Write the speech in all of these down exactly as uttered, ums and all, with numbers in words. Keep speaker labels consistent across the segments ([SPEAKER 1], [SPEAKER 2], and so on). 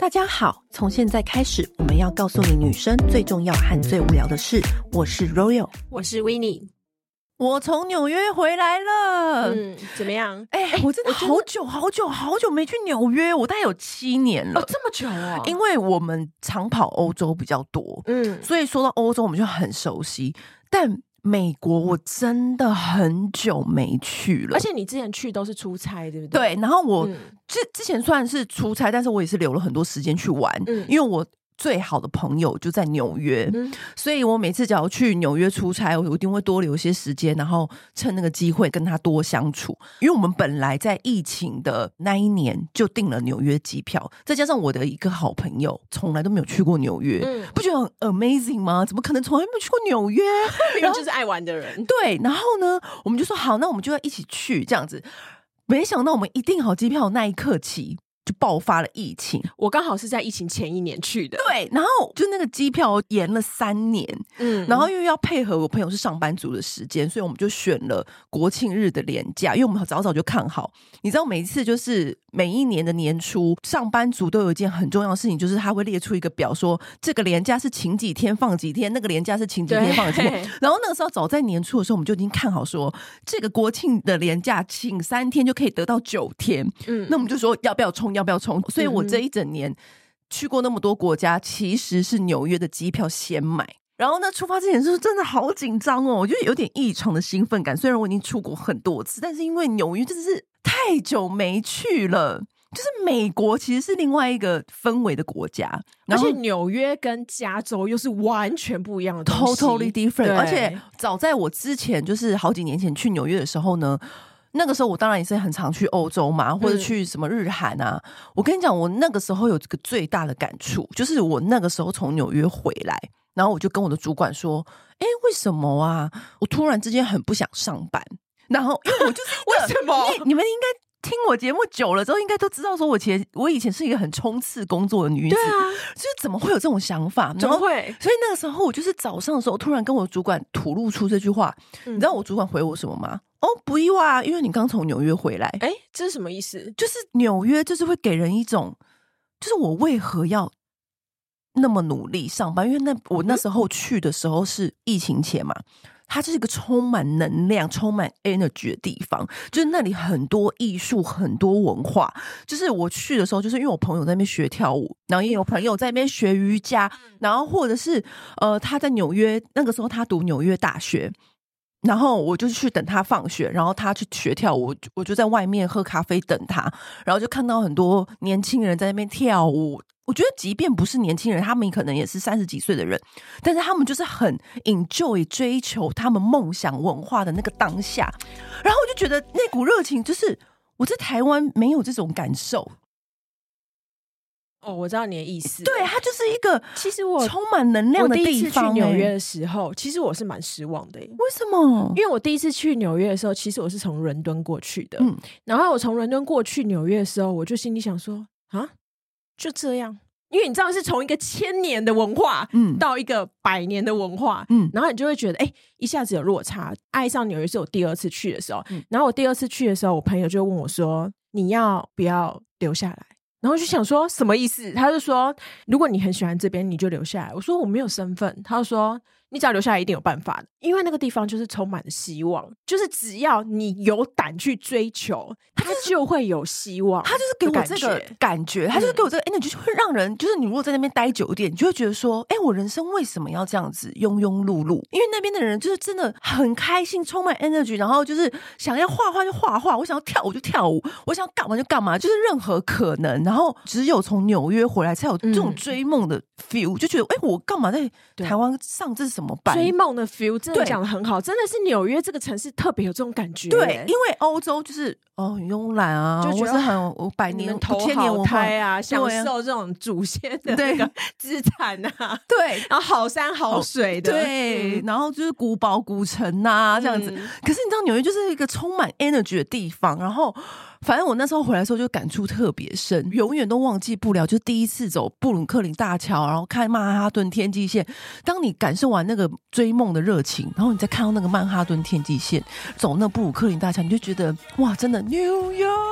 [SPEAKER 1] 大家好，从现在开始，我们要告诉你女生最重要和最无聊的事。我是 Royal，
[SPEAKER 2] 我是 Winnie。
[SPEAKER 1] 我从纽约回来了。
[SPEAKER 2] 嗯，怎么样？
[SPEAKER 1] 哎、欸，我真的好久好久好久没去纽约，我大概有七年了。
[SPEAKER 2] 哦，这么久哦！
[SPEAKER 1] 因为我们常跑欧洲比较多，嗯，所以说到欧洲我们就很熟悉。但美国我真的很久没去了，
[SPEAKER 2] 而且你之前去都是出差，对不对？
[SPEAKER 1] 对，然后我、
[SPEAKER 2] 嗯、
[SPEAKER 1] 之之前虽然是出差，但是我也是留了很多时间去玩，嗯、因为我最好的朋友就在纽约、嗯、所以我每次只要去纽约出差，我一定会多留一些时间，然后趁那个机会跟他多相处。因为我们本来在疫情的那一年就订了纽约机票，再加上我的一个好朋友从来都没有去过纽约、嗯、不觉得很 amazing 吗？怎么可能从来没有去过纽约？
[SPEAKER 2] 因为就是爱玩的人。
[SPEAKER 1] 对，然后呢我们就说好，那我们就要一起去这样子。没想到我们一订好机票的那一刻起就爆发了疫情。
[SPEAKER 2] 我刚好是在疫情前一年去的。
[SPEAKER 1] 对，然后就那个机票延了三年，嗯，然后因为要配合我朋友是上班族的时间，所以我们就选了国庆日的连假，因为我们早早就看好。你知道每一次就是每一年的年初，上班族都有一件很重要的事情，就是他会列出一个表，说这个连假是请几天放几天，那个连假是请几天放几天。然后那个时候早在年初的时候，我们就已经看好说这个国庆的连假请三天就可以得到九天，嗯，那我们就说要不要冲要不要冲。所以我这一整年去过那么多国家，其实是纽约的机票先买。然后呢，出发之前是真的好紧张哦，我觉得有点异常的兴奋感。虽然我已经出国很多次，但是因为纽约真的是太久没去了，就是美国其实是另外一个氛围的国家，
[SPEAKER 2] 而且纽约跟加州又是完全不一样的东西
[SPEAKER 1] ，totally different。而且早在我之前，就是好几年前去纽约的时候呢。那个时候我当然也是很常去欧洲嘛，或者去什么日韩啊、嗯、我跟你讲，我那个时候有这个最大的感触，就是我那个时候从纽约回来，然后我就跟我的主管说，哎，为什么啊我突然之间很不想上班。然后因为我就是
[SPEAKER 2] 为什么
[SPEAKER 1] 你, 你们应该听我节目久了之后应该都知道说我前我以前是一个很冲刺工作的女子，
[SPEAKER 2] 对啊，
[SPEAKER 1] 就是怎么会有这种想法？
[SPEAKER 2] 怎么会？
[SPEAKER 1] 所以那个时候我就是早上的时候突然跟我主管吐露出这句话、嗯、你知道我主管回我什么吗？哦，不意外啊，因为你刚从纽约回来。
[SPEAKER 2] 哎，这是什么意思？
[SPEAKER 1] 就是纽约就是会给人一种，就是我为何要那么努力上班？因为那我那时候去的时候是疫情前嘛，它就是一个充满能量、充满 energy 的地方，就是那里很多艺术、很多文化。就是我去的时候，就是因为我朋友在那边学跳舞，然后也有朋友在那边学瑜伽，然后或者是呃他在纽约，那个时候他读纽约大学。然后我就去等他放学，然后他去学跳舞，我就在外面喝咖啡等他，然后就看到很多年轻人在那边跳舞。我觉得即便不是年轻人，他们可能也是三十几岁的人，但是他们就是很 enjoy 追求他们梦想文化的那个当下。然后我就觉得那股热情就是我在台湾没有这种感受。
[SPEAKER 2] 哦，我知道你的意思。
[SPEAKER 1] 对，它就是一个
[SPEAKER 2] 其实我
[SPEAKER 1] 充满能量的地方。
[SPEAKER 2] 我第一次去纽约的时候，其实我是蛮失望的。
[SPEAKER 1] 为什么？
[SPEAKER 2] 因为我第一次去纽约的时候，其实我是从伦敦过去的。嗯，然后我从伦敦过去纽约的时候，我就心里想说啊，就这样。因为你知道是从一个千年的文化，嗯，到一个百年的文化，嗯，然后你就会觉得，哎、欸，一下子有落差。爱上纽约是我第二次去的时候，嗯，然后我第二次去的时候，我朋友就问我说：“你要不要留下来？”然后就想说什么意思？他就说如果你很喜欢这边你就留下来。我说我没有身份。他就说你只要留下来一定有办法的，因为那个地方就是充满了希望，就是只要你有胆去追求它就会有希望。
[SPEAKER 1] 他就是给我这个感觉，他就是给我这个 energy， 就会让人就是你如果在那边待久一点，你就会觉得说哎、欸，我人生为什么要这样子庸庸碌碌？因为那边的人就是真的很开心，充满 energy， 然后就是想要画画就画画，我想要跳舞就跳舞，我想要干嘛就干嘛，就是任何可能。然后只有从纽约回来才有这种追梦的 feel，、嗯、就觉得哎、欸，我干嘛在台湾上这是什么班？
[SPEAKER 2] 追梦的 feel 真的讲得很好，真的是纽约这个城市特别有这种感觉。
[SPEAKER 1] 对，因为欧洲就是哦很慵懒啊，
[SPEAKER 2] 就觉得
[SPEAKER 1] 或是很百年千年文化
[SPEAKER 2] 啊，享受这种祖先的那个资产啊，
[SPEAKER 1] 对，
[SPEAKER 2] 然后好山好水的，
[SPEAKER 1] 对、嗯，然后就是古堡古城啊这样子、嗯。可是你知道纽约就是一个充满 energy 的地方，然后反正我那时候回来的时候就感触特别深，永远都忘记不了，就是第一次走布鲁克林大桥，然后看曼哈顿天际线。当你感受完那个追梦的热情，然后你再看到那个曼哈顿天际线，走那布鲁克林大桥，你就觉得哇，真的 New York。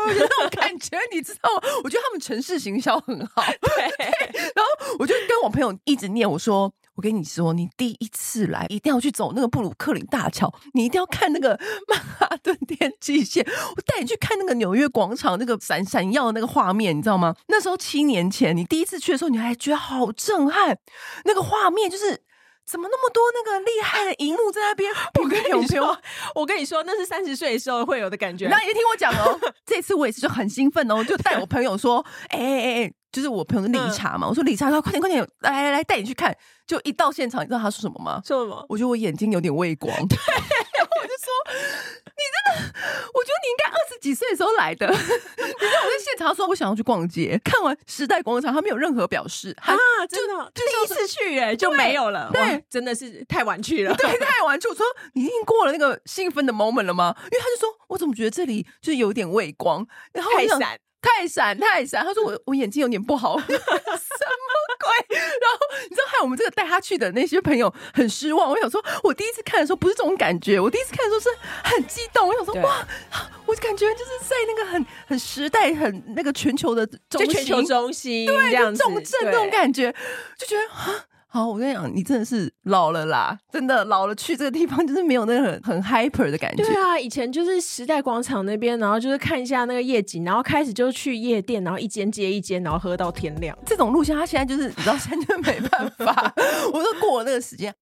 [SPEAKER 1] 的那种感觉，你知道吗？我觉得他们城市行销很好。对，对，然后我就跟我朋友一直念，我说我跟你说，你第一次来一定要去走那个布鲁克林大桥，你一定要看那个曼哈顿天际线，我带你去看那个纽约广场那个闪闪耀的那个画面，你知道吗？那时候七年前你第一次去的时候，你还觉得好震撼，那个画面就是怎么那么多那个厉害的荧幕在那边？
[SPEAKER 2] 我跟你说，我跟你说，那是三十岁的时候会有的感觉。
[SPEAKER 1] 那你听我讲哦，这次我也是就很兴奋哦，就带我朋友说，哎哎哎，就是我朋友是理查嘛，嗯、我说理查，快点快点，来来来，带你去看。就一到现场，你知道他说什么吗？
[SPEAKER 2] 说什么？
[SPEAKER 1] 我觉得我眼睛有点畏光。对，然后我就说，你真的，我觉得你应该二十几岁的时候来的。你知道我在现场说我想要去逛街，看完时代广场，他没有任何表示
[SPEAKER 2] 啊，真的，就第一次去哎、欸、就没有了，对，真的是太晚去了，
[SPEAKER 1] 对，太晚去。我说你已经过了那个兴奋的 moment 了吗？因为他就说我怎么觉得这里就是有点畏光，然后
[SPEAKER 2] 太闪。
[SPEAKER 1] 太闪太闪，他说我我眼睛有点不好，什么鬼？然后你知道，害我们这个带他去的那些朋友很失望。我想说，我第一次看的时候不是这种感觉，我第一次看的时候是很激动。我想说，哇，我感觉就是在那个很很时代、很那个全球的中心，
[SPEAKER 2] 就全球中心，
[SPEAKER 1] 对，
[SPEAKER 2] 这样子
[SPEAKER 1] 重镇那种感觉，就觉得啊。好，我跟你讲，你真的是老了啦，真的老了，去这个地方就是没有那个很很 hyper 的感觉。
[SPEAKER 2] 对啊，以前就是时代广场那边，然后就是看一下那个夜景，然后开始就去夜店，然后一间接一间，然后喝到天亮。
[SPEAKER 1] 这种路线，他现在就是你知道，现在就没办法，我都过了那个时间。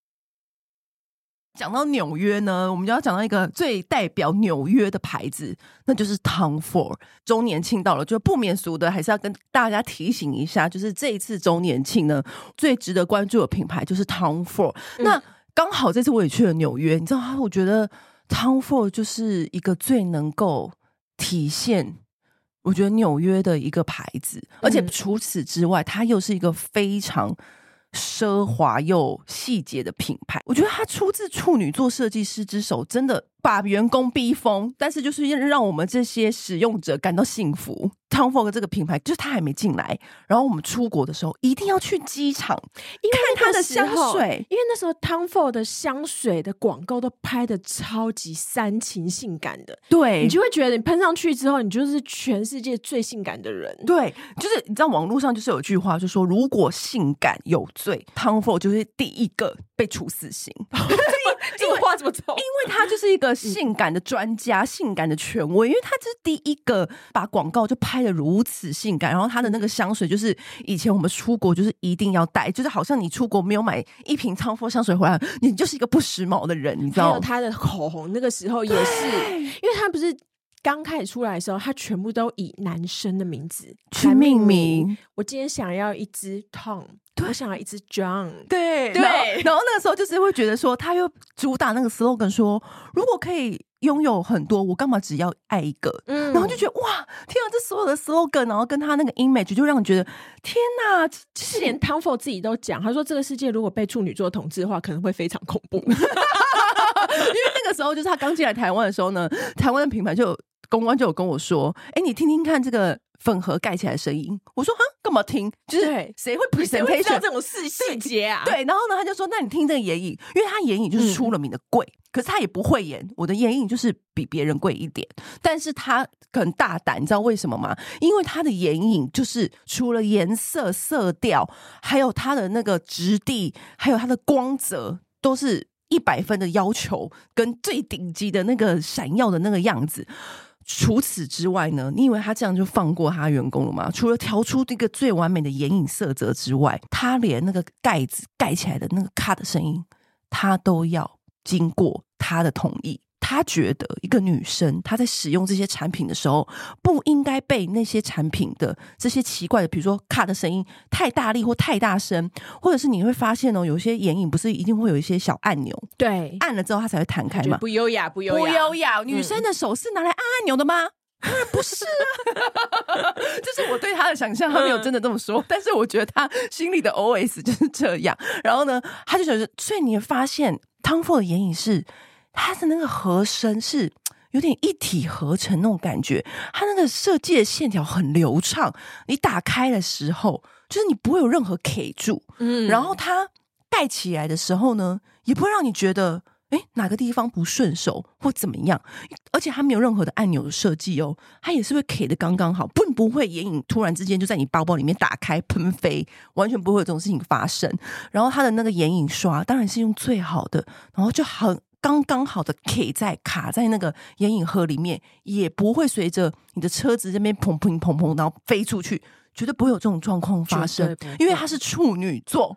[SPEAKER 1] 讲到纽约呢，我们就要讲到一个最代表纽约的牌子，那就是 Tom Ford。周年庆到了，就不免俗的还是要跟大家提醒一下，就是这一次周年庆呢，最值得关注的品牌就是 Tom Ford、嗯、那刚好这次我也去了纽约，你知道吗？我觉得 Tom Ford 就是一个最能够体现我觉得纽约的一个牌子，而且除此之外，它又是一个非常奢华又细节的品牌。我觉得它出自处女座设计师之手，真的把员工逼疯，但是就是让我们这些使用者感到幸福。Tom Ford 这个品牌就是它还没进来，然后我们出国的时候一定要去机场看它的香水，
[SPEAKER 2] 因为那时候 Tom Ford 的香水的广告都拍的超级煽情性感的，
[SPEAKER 1] 对，
[SPEAKER 2] 你就会觉得你喷上去之后，你就是全世界最性感的人。
[SPEAKER 1] 对，就是你知道网络上就是有句话就说，如果性感有罪， Tom Ford 就是第一个被处死刑。
[SPEAKER 2] 这个话怎么走？
[SPEAKER 1] 因为他就是一个性感的专家、嗯、性感的权威，因为他就是第一个把广告就拍得如此性感，然后他的那个香水就是以前我们出国就是一定要带，就是好像你出国没有买一瓶 Tom Ford 香水回来，你就是一个不时髦的人，你知道吗？
[SPEAKER 2] 还有他的口红那个时候也是，因为他不是刚开始出来的时候，他全部都以男生的名字
[SPEAKER 1] 去命名。
[SPEAKER 2] 我今天想要一支 Tom，我想要一支 John，
[SPEAKER 1] 对对，然后, 然后那个时候就是会觉得说，他又主打那个 slogan 说，如果可以拥有很多，我干嘛只要爱一个？嗯，然后就觉得哇，天啊，这所有的 slogan， 然后跟他那个 image 就让你觉得天哪，
[SPEAKER 2] 是连 Tom Ford 自己都讲，他说这个世界如果被处女座统治的话，可能会非常恐怖。因为
[SPEAKER 1] 那个时候就是他刚进来台湾的时候呢，台湾的品牌就有公关就有跟我说，哎，你听听看这个粉盒盖起来的声音。我说哈，干嘛听？就是谁会 presentation
[SPEAKER 2] 这种细细节啊？
[SPEAKER 1] 对，然后呢，他就说，那你听这个眼影，因为他眼影就是出了名的贵、嗯，可是他也不会演。我的眼影就是比别人贵一点，但是他很大胆，你知道为什么吗？因为他的眼影就是除了颜色、色调，还有它的那个质地，还有它的光泽，都是一百分的要求，跟最顶级的那个闪耀的那个样子。除此之外呢，你以为他这样就放过他员工了吗？除了调出这个最完美的眼影色泽之外，他连那个盖子盖起来的那个咔的声音，他都要经过他的同意。他觉得一个女生她在使用这些产品的时候，不应该被那些产品的这些奇怪的，比如说咔的声音太大力或太大声，或者是你会发现哦，有些眼影不是一定会有一一些小按钮，
[SPEAKER 2] 对，
[SPEAKER 1] 按了之后它才会弹开嘛，
[SPEAKER 2] 不优雅，不优雅，
[SPEAKER 1] 不优雅。女生的手是拿来按按钮的吗？当然不是啊，这是我对他的想象，他没有真的这么说，但是我觉得他心里的 O S 就是这样。然后呢，他就觉得，所以你发现 Tom Ford 的眼影是它的那个合身是有点一体合成那种感觉，它那个设计的线条很流畅，你打开的时候就是你不会有任何 K 住，嗯，然后它盖起来的时候呢，也不会让你觉得哎，哪个地方不顺手或怎么样，而且它没有任何的按钮的设计哦，它也是会 K 的刚刚好，不不会眼影突然之间就在你包包里面打开喷飞，完全不会有这种事情发生。然后它的那个眼影刷当然是用最好的，然后就很刚刚好的 K 在卡在那个眼影盒里面，也不会随着你的车子这边砰砰砰砰然后飞出去，绝对不会有这种状况发生，因为它是处女座。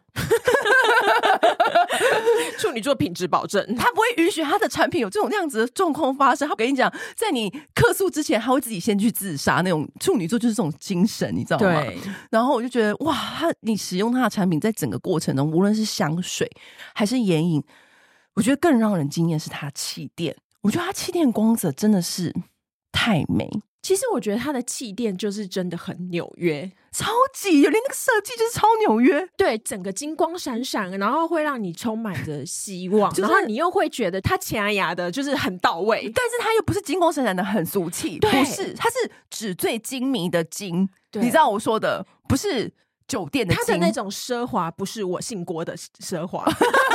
[SPEAKER 2] 处女座品质保证，
[SPEAKER 1] 他不会允许他的产品有这种那样子的状况发生。他跟你讲，在你客诉之前，他会自己先去自杀。那种处女座就是这种精神，你知道吗？对。然后我就觉得，哇，他你使用他的产品，在整个过程中，无论是香水还是眼影，我觉得更让人惊艳是他的气垫。我觉得他气垫光泽真的是太美。
[SPEAKER 2] 其实我觉得它的气垫就是真的很纽约，
[SPEAKER 1] 超级有连那个设计就是超纽约，
[SPEAKER 2] 对，整个金光闪闪，然后会让你充满着希望，就是、然后你又会觉得它掐牙的就是很到位，
[SPEAKER 1] 但是它又不是金光闪闪的很俗气，不是，它是纸醉金迷的金，你知道我说的不是酒店的金，
[SPEAKER 2] 它的那种奢华不是我姓郭的奢华。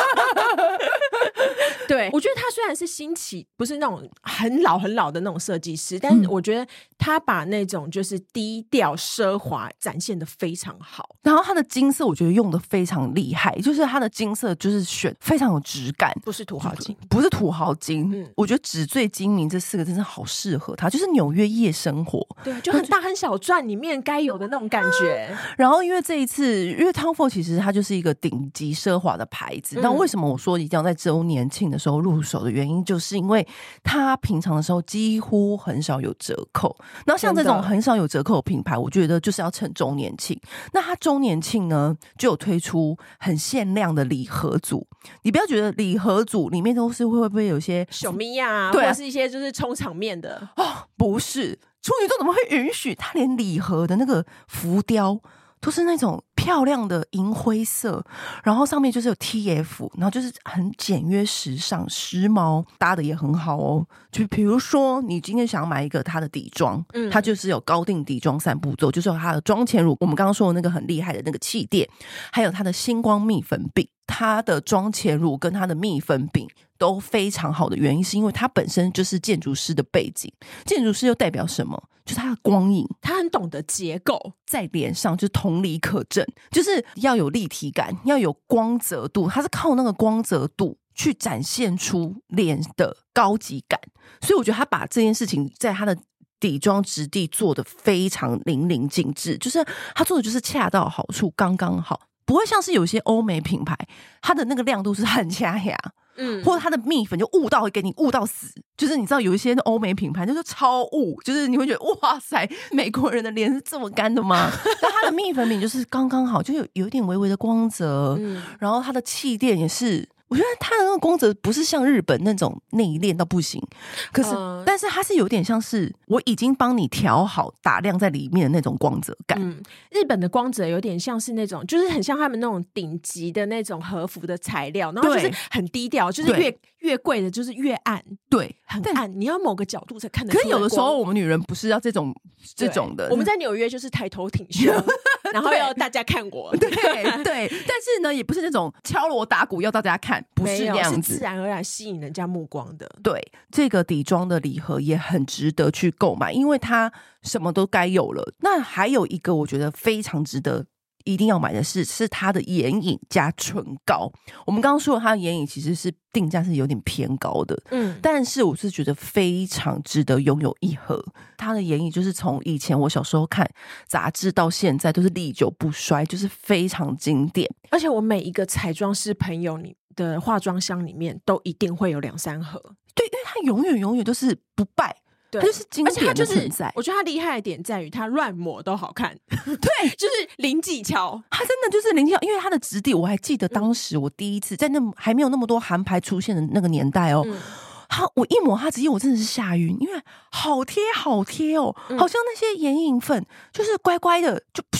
[SPEAKER 2] 对，我觉得他虽然是新起，不是那种很老很老的那种设计师，但是我觉得他把那种就是低调奢华展现的非常好。
[SPEAKER 1] 然后他的金色我觉得用的非常厉害，就是他的金色就是选非常有质感，
[SPEAKER 2] 不是土豪金，
[SPEAKER 1] 不是土豪金、嗯、我觉得纸醉金迷这四个真是好适合他，就是纽约夜生活，
[SPEAKER 2] 对，就很大很小赚里面该有的那种感觉、啊、
[SPEAKER 1] 然后因为这一次因为 Tom Ford 其实它就是一个顶级奢华的牌子、嗯、那为什么我说一定要在周年庆的时候入手的原因，就是因为它平常的时候几乎很少有折扣，然后像这种很少有折扣的品牌，我觉得就是要趁周年庆。那它周年庆呢就有推出很限量的礼盒组，你不要觉得礼盒组里面都是会不会有些
[SPEAKER 2] 小咪呀，或者是一些就是充场面的
[SPEAKER 1] 哦，不是，处女座怎么会允许它连礼盒的那个浮雕都是那种漂亮的银灰色，然后上面就是有 T F， 然后就是很简约时尚时髦，搭的也很好哦。就比如说你今天想买一个它的底妆、嗯、它就是有高定底妆三步骤，就是有它的妆前乳，我们刚刚说的那个很厉害的那个气垫，还有它的星光蜜粉饼。它的妆前乳跟它的蜜粉饼都非常好的原因是因为它本身就是建筑师的背景，建筑师又代表什么？就是它的光影，
[SPEAKER 2] 他很懂得结构，
[SPEAKER 1] 在脸上就是同理可证，就是要有立体感，要有光泽度，它是靠那个光泽度去展现出脸的高级感，所以我觉得他把这件事情在他的底妆质地做得非常淋漓尽致，就是他做的就是恰到好处，刚刚好，不会像是有些欧美品牌它的那个亮度是很掐牙，嗯，或者它的蜜粉就雾到会给你雾到死，就是你知道有一些欧美品牌就是超雾，就是你会觉得哇塞，美国人的脸是这么干的吗？但它的蜜粉饼就是刚刚好，就有有一点微微的光泽、嗯、然后它的气垫也是，我觉得它的那个光泽不是像日本那种内敛到不行，可是、嗯、但是它是有点像是我已经帮你调好打亮在里面的那种光泽感、嗯、
[SPEAKER 2] 日本的光泽有点像是那种就是很像他们那种顶级的那种和服的材料，然后就是很低调，就是越越贵的就是越暗，
[SPEAKER 1] 对，
[SPEAKER 2] 很暗，你要某个角度才看得出来。
[SPEAKER 1] 可是有的时候我们女人不是要这种这种的，
[SPEAKER 2] 我们在纽约就是抬头挺胸然后要大家看我，
[SPEAKER 1] 对对，但是呢也不是那种敲锣打鼓要大家看，不是这样子，
[SPEAKER 2] 是自然而然吸引人家目光的。
[SPEAKER 1] 对，这个底妆的礼盒也很值得去购买，因为它什么都该有了。那还有一个我觉得非常值得一定要买的是是它的眼影加唇膏。我们刚刚说它的眼影其实是定价是有点偏高的，嗯，但是我是觉得非常值得拥有一盒。它的眼影就是从以前我小时候看杂志到现在都是历久不衰，就是非常经典。
[SPEAKER 2] 而且我每一个彩妆师朋友你的化妆箱里面都一定会有两三盒，
[SPEAKER 1] 对，因为它永远永远都是不败。它就是经典的存在，
[SPEAKER 2] 我觉得它厉害的点在于它乱抹都好看，对，就是零技巧，
[SPEAKER 1] 它真的就是零技巧。因为它的质地，我还记得当时我第一次在那还没有那么多韩牌出现的那个年代哦，嗯、它我一抹它直接我真的是吓晕，因为好贴好贴哦，嗯、好像那些眼影粉就是乖乖的就噗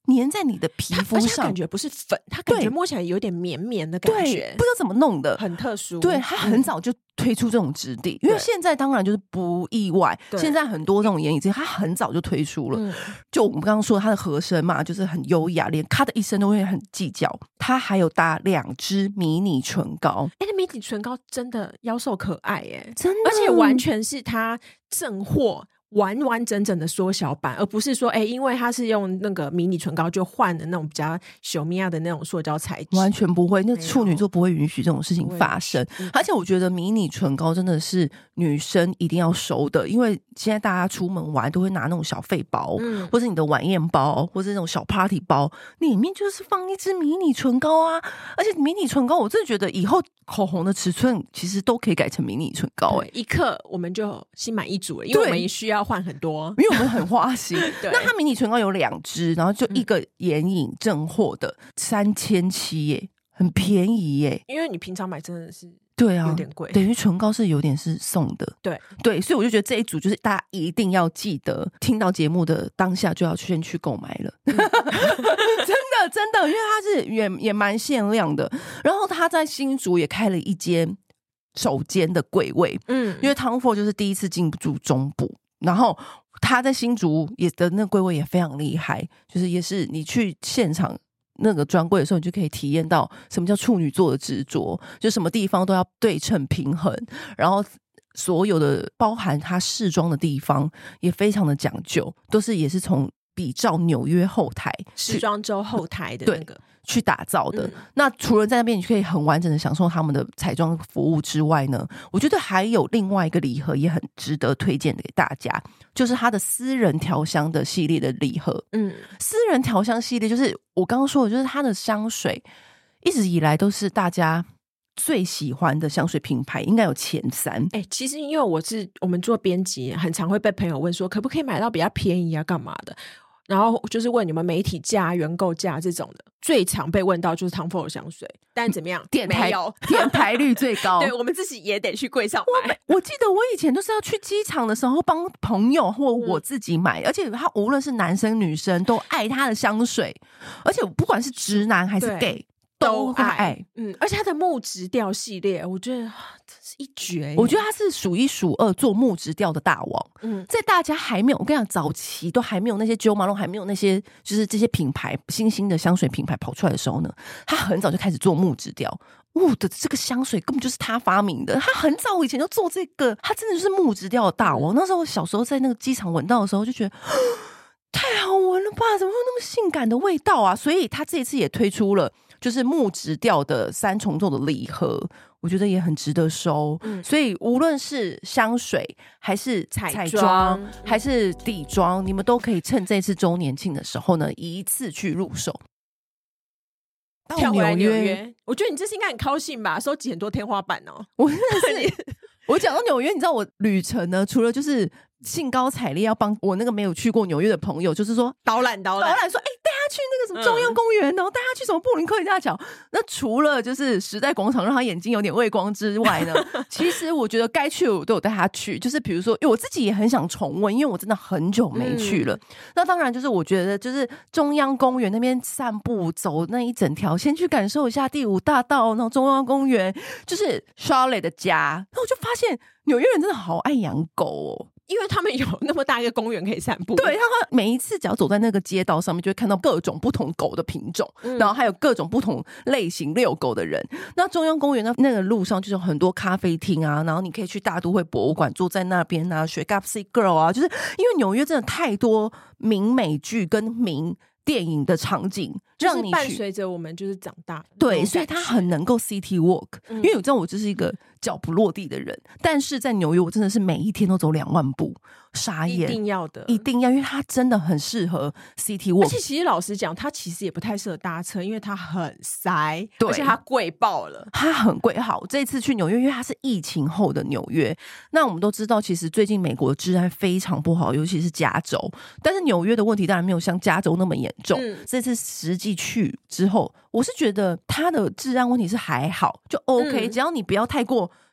[SPEAKER 1] 粘在你的皮肤上，
[SPEAKER 2] 感觉不是粉，它感觉摸起来有点绵绵的感觉，
[SPEAKER 1] 对，不知道怎么弄的，
[SPEAKER 2] 很特殊。
[SPEAKER 1] 对，它很早就推出这种质地，嗯、因为现在当然就是不意外，现在很多这种眼影质地它很早就推出了。嗯、就我们刚刚说它的合身嘛，就是很优雅，连咔的一声都会很计较。它还有搭两支迷你唇膏，
[SPEAKER 2] 哎、欸，那迷你唇膏真的妖兽可爱哎、欸，
[SPEAKER 1] 真的，
[SPEAKER 2] 而且完全是它正货。完完整整的缩小版，而不是说哎、欸，因为它是用那个迷你唇膏就换了那种比较小米亚的那种塑胶材质，
[SPEAKER 1] 完全不会，那处女座不会允许这种事情发生。而且我觉得迷你唇膏真的是女生一定要收的，因为现在大家出门玩都会拿那种小废包、嗯、或是你的晚宴包或是那种小 party 包，里面就是放一支迷你唇膏啊。而且迷你唇膏我真的觉得以后口红的尺寸其实都可以改成迷你唇膏、欸、
[SPEAKER 2] 一克我们就心满意足了，因为我们需要换很多，
[SPEAKER 1] 因为我们很花心那它迷你唇膏有两支，然后就一个眼影正货的三千七耶，很便宜耶，
[SPEAKER 2] 因为你平常买真的是
[SPEAKER 1] 对啊，
[SPEAKER 2] 有点贵，
[SPEAKER 1] 等于唇膏是有点是送的，
[SPEAKER 2] 对
[SPEAKER 1] 对，所以我就觉得这一组就是大家一定要记得，听到节目的当下就要先去购买了，嗯、真的真的，因为它是也也蛮限量的。然后他在新竹也开了一间首间的柜位，嗯，因为 Tom Ford 就是第一次进驻中部，然后他在新竹也的那柜位也非常厉害，就是也是你去现场那个专柜的时候，你就可以体验到什么叫处女座的执着，就什么地方都要对称平衡，然后所有的包含他试妆的地方也非常的讲究，都是也是从比照纽约后台
[SPEAKER 2] 时装周后台的那个
[SPEAKER 1] 去打造的、嗯、那除了在那边你可以很完整的享受他们的彩妆服务之外呢，我觉得还有另外一个礼盒也很值得推荐给大家，就是他的私人调香的系列的礼盒。嗯，私人调香系列就是我刚刚说的，就是他的香水一直以来都是大家最喜欢的香水品牌，应该有前三。
[SPEAKER 2] 哎、欸，其实因为我是我们做编辑，很常会被朋友问说可不可以买到比较便宜啊干嘛的，然后就是问你们媒体价、原购价这种的，最常被问到就是 Tom Ford 香水，但怎么样？
[SPEAKER 1] 点台
[SPEAKER 2] 没有
[SPEAKER 1] 点台率最高。
[SPEAKER 2] 对，我们自己也得去柜上买。
[SPEAKER 1] 我, 我记得我以前都是要去机场的时候帮朋友或我自己买、嗯、而且他无论是男生女生都爱他的香水，而且不管是直男还是 gay 都会爱。
[SPEAKER 2] 嗯，而且他的木质调系列我觉得真是一绝。
[SPEAKER 1] 我觉得他是数一数二做木质调的大王。嗯，在大家还没有，我跟你讲，早期都还没有那些 Jo Malone 还没有那些就是这些品牌新兴的香水品牌跑出来的时候呢，他很早就开始做木质调。哦的这个香水根本就是他发明的，他很早以前就做这个，他真的就是木质调的大王。那时候我小时候在那个机场闻到的时候就觉得太好闻了吧，怎么会那么性感的味道啊，所以他这一次也推出了就是木质调的三重奏的礼盒，我觉得也很值得收、嗯、所以无论是香水还是彩妆还是底妆、嗯、你们都可以趁这次周年庆的时候呢一次去入手。
[SPEAKER 2] 跳回来纽约，我觉得你这次应该很高兴吧，收集很多天花板哦。
[SPEAKER 1] 我真的是我讲到纽约，你知道我旅程呢除了就是兴高采烈要帮我那个没有去过纽约的朋友就是说
[SPEAKER 2] 导览导览
[SPEAKER 1] 导览说哎带他去那个什么中央公园、嗯、然后带他去什么布林克利大桥，那除了就是时代广场让他眼睛有点畏光之外呢其实我觉得该去我都有带他去，就是比如说因为我自己也很想重温，因为我真的很久没去了、嗯、那当然就是我觉得就是中央公园那边散步走那一整条先去感受一下第五大道，然后中央公园就是 Charlotte 的家，然后我就发现纽约人真的好爱养狗哦，
[SPEAKER 2] 因为他们有那么大一个公园可以散步。
[SPEAKER 1] 对，他每一次只要走在那个街道上面就会看到各种不同狗的品种、嗯、然后还有各种不同类型遛狗的人。那中央公园那个路上就是有很多咖啡厅啊，然后你可以去大都会博物馆坐在那边啊，学 Gossip Girl 啊，就是因为纽约真的太多名美剧跟名电影的场景让你去、
[SPEAKER 2] 就是、伴随着我们就是长大。
[SPEAKER 1] 对，所以他很能够 city walk、嗯、因为我知道我就是一个脚不落地的人，但是在纽约我真的是每一天都走两万步，傻眼，
[SPEAKER 2] 一定要的，
[SPEAKER 1] 一定要，因为它真的很适合 city walk。
[SPEAKER 2] 而且其实老实讲它其实也不太适合搭车，因为它很塞，
[SPEAKER 1] 对，
[SPEAKER 2] 而且它贵爆了，
[SPEAKER 1] 它很贵。好，这次去纽约因为它是疫情后的纽约，那我们都知道其实最近美国的治安非常不好，尤其是加州，但是纽约的问题当然没有像加州那么严重、嗯、这次实际去之后我是觉得它的治安问题是还好，就 OK、嗯、只要你不要太过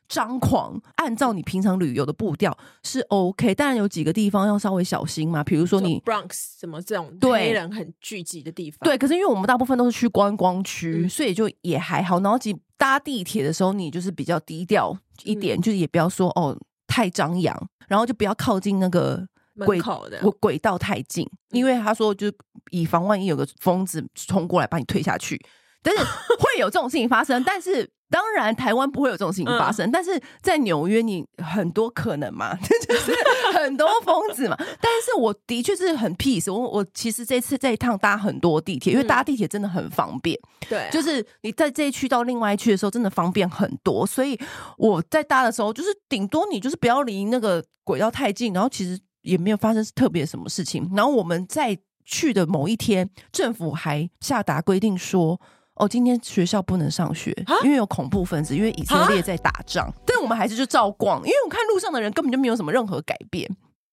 [SPEAKER 1] 张狂，按照你平常旅游的步调是 OK， 当然有几个地方要稍微小心嘛，比如说你
[SPEAKER 2] Bronx 什么这种黑人很聚集的地方，
[SPEAKER 1] 对，可是因为我们大部分都是去观光区、嗯、所以就也还好，然后搭地铁的时候你就是比较低调一点、嗯、就是也不要说哦太张扬，然后就不要靠近那个
[SPEAKER 2] 门口的
[SPEAKER 1] 轨道太近，因为他说就是以防万一有个疯子冲过来把你推下去，但是会有这种事情发生但是当然台湾不会有这种事情发生、嗯、但是在纽约你很多可能嘛就是很多疯子嘛但是我的确是很 peace， 我, 我其实这次这一趟搭很多地铁，因为搭地铁真的很方便、嗯、对、啊，就是你在这一区到另外一区的时候真的方便很多，所以我在搭的时候就是顶多你就是不要离那个轨道太近，然后其实也没有发生特别什么事情。然后我们在去的某一天政府还下达规定说哦，今天学校不能上学，因为有恐怖分子，因为以色列在打仗。但我们还是就照逛，因为我看路上的人根本就没有什么任何改变。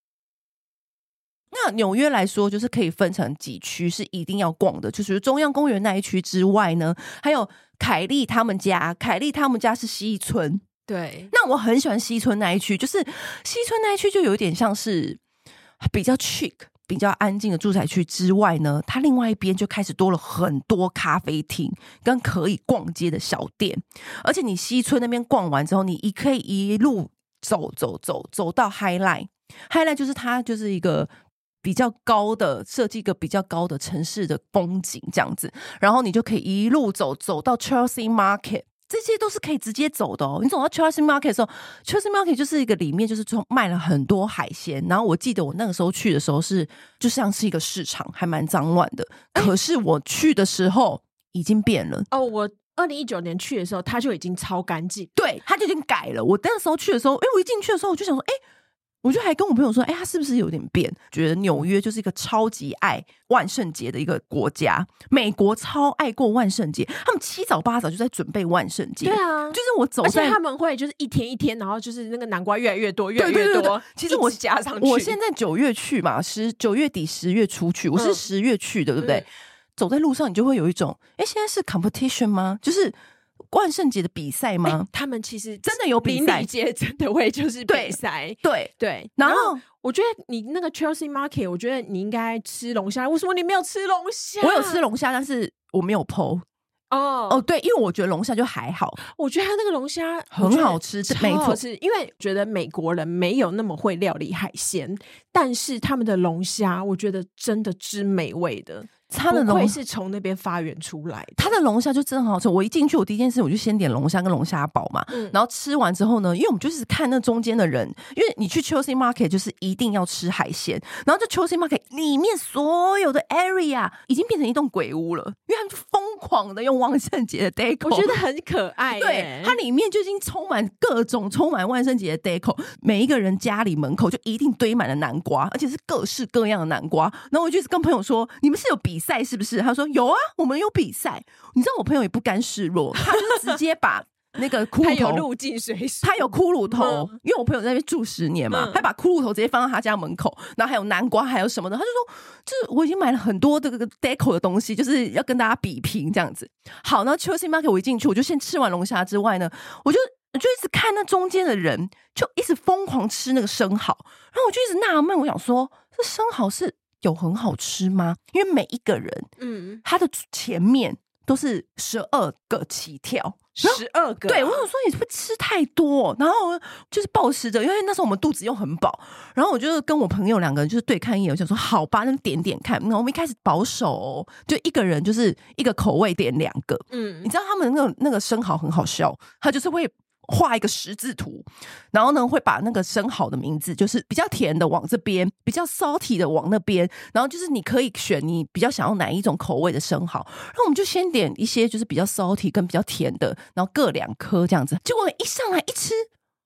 [SPEAKER 1] 那纽约来说，就是可以分成几区是一定要逛的，就是中央公园那一区之外呢，还有凯莉他们家，凯莉他们家是西村。
[SPEAKER 2] 对，
[SPEAKER 1] 那我很喜欢西村那一区，就是西村那一区就有点像是比较 chic。比较安静的住宅区之外呢，它另外一边就开始多了很多咖啡厅跟可以逛街的小店，而且你西村那边逛完之后，你一可以一路走走走走到 Highline， Highline 就是它就是一个比较高的设计，一个比较高的城市的风景这样子，然后你就可以一路走走到 Chelsea Market。这些都是可以直接走的哦。你走到 Chelsea Market 的时候 Chelsea Market 就是一个里面就是卖了很多海鲜，然后我记得我那个时候去的时候是就像是一个市场，还蛮脏乱的、欸、可是我去的时候已经变了
[SPEAKER 2] 哦。我二零一九年去的时候它就已经超干净，
[SPEAKER 1] 对，它就已经改了。我那时候去的时候，哎，我一进去的时候我就想说，哎，我就还跟我朋友说，哎，他是不是有点变？觉得纽约就是一个超级爱万圣节的一个国家，美国超爱过万圣节，他们七早八早就在准备万圣节。
[SPEAKER 2] 对啊，
[SPEAKER 1] 就是我走在，
[SPEAKER 2] 而且他们会就是一天一天，然后就是那个南瓜越来越多，越来越多。
[SPEAKER 1] 对对对对，其实我
[SPEAKER 2] 加上去，
[SPEAKER 1] 我现在九月去嘛，十九月底十月初去，我是十月去的，嗯、对不对？嗯、走在路上，你就会有一种，哎，现在是 competition 吗？就是万圣节的比赛吗、欸？
[SPEAKER 2] 他们其实
[SPEAKER 1] 真的有比赛，
[SPEAKER 2] 邻里街真的会就是比赛，
[SPEAKER 1] 对
[SPEAKER 2] 对, 对。
[SPEAKER 1] 然后
[SPEAKER 2] 我觉得你那个 Chelsea Market， 我觉得你应该吃龙虾。为什么你没有吃龙虾？
[SPEAKER 1] 我有吃龙虾，但是我没有 po。哦哦，对，因为我觉得龙虾就还好，
[SPEAKER 2] 我觉得它那个龙虾
[SPEAKER 1] 很好吃，
[SPEAKER 2] 没错，是因为觉得美国人没有那么会料理海鲜，但是他们的龙虾，我觉得真的之美味的。它的龙不愧是从那边发源出来的，
[SPEAKER 1] 它的龙虾就真的很好吃。我一进去，我第一件事我就先点龙虾跟龙虾堡嘛、嗯，然后吃完之后呢，因为我们就是看那中间的人，因为你去 Chelsea Market 就是一定要吃海鲜，然后就 Chelsea Market 里面所有的 area 已经变成一栋鬼屋了，因为他们疯狂的用万圣节的 deco，
[SPEAKER 2] 我觉得很可爱、欸。
[SPEAKER 1] 对，它里面就已经充满各种充满万圣节的 deco， 每一个人家里门口就一定堆满了南瓜，而且是各式各样的南瓜。然后我就一直跟朋友说，你们是有比赛是不是？他说有啊，我们有比赛。你知道我朋友也不甘示弱，他就直接把那个骷髅头，他
[SPEAKER 2] 有入境水手，
[SPEAKER 1] 他有骷髅头、嗯，因为我朋友在那边住十年嘛，嗯、他把骷髅头直接放到他家门口，然后还有南瓜，还有什么的，他就说，就是我已经买了很多这个 deco 的东西，就是要跟大家比拼这样子。好，那 Chelsea Market 我一进去，我就先吃完龙虾之外呢，我就我就一直看那中间的人，就一直疯狂吃那个生蚝，然后我就一直纳闷，我想说，这生蚝是有很好吃吗？因为每一个人，嗯，他的前面都是十二个起跳，
[SPEAKER 2] 十二个、啊，
[SPEAKER 1] 对，我想说你会吃太多，然后就是抱持着，因为那时候我们肚子又很饱，然后我就跟我朋友两个人就是对看一眼，我想说好吧，那点点看。然后我们一开始保守、哦，就一个人就是一个口味点两个，嗯，你知道他们那个那个生蚝很好笑，他就是会画一个十字图，然后呢会把那个生蚝的名字就是比较甜的往这边，比较 salty 的往那边，然后就是你可以选你比较想要哪一种口味的生蚝，然后我们就先点一些就是比较 salty 跟比较甜的，然后各两颗这样子。结果一上来一吃，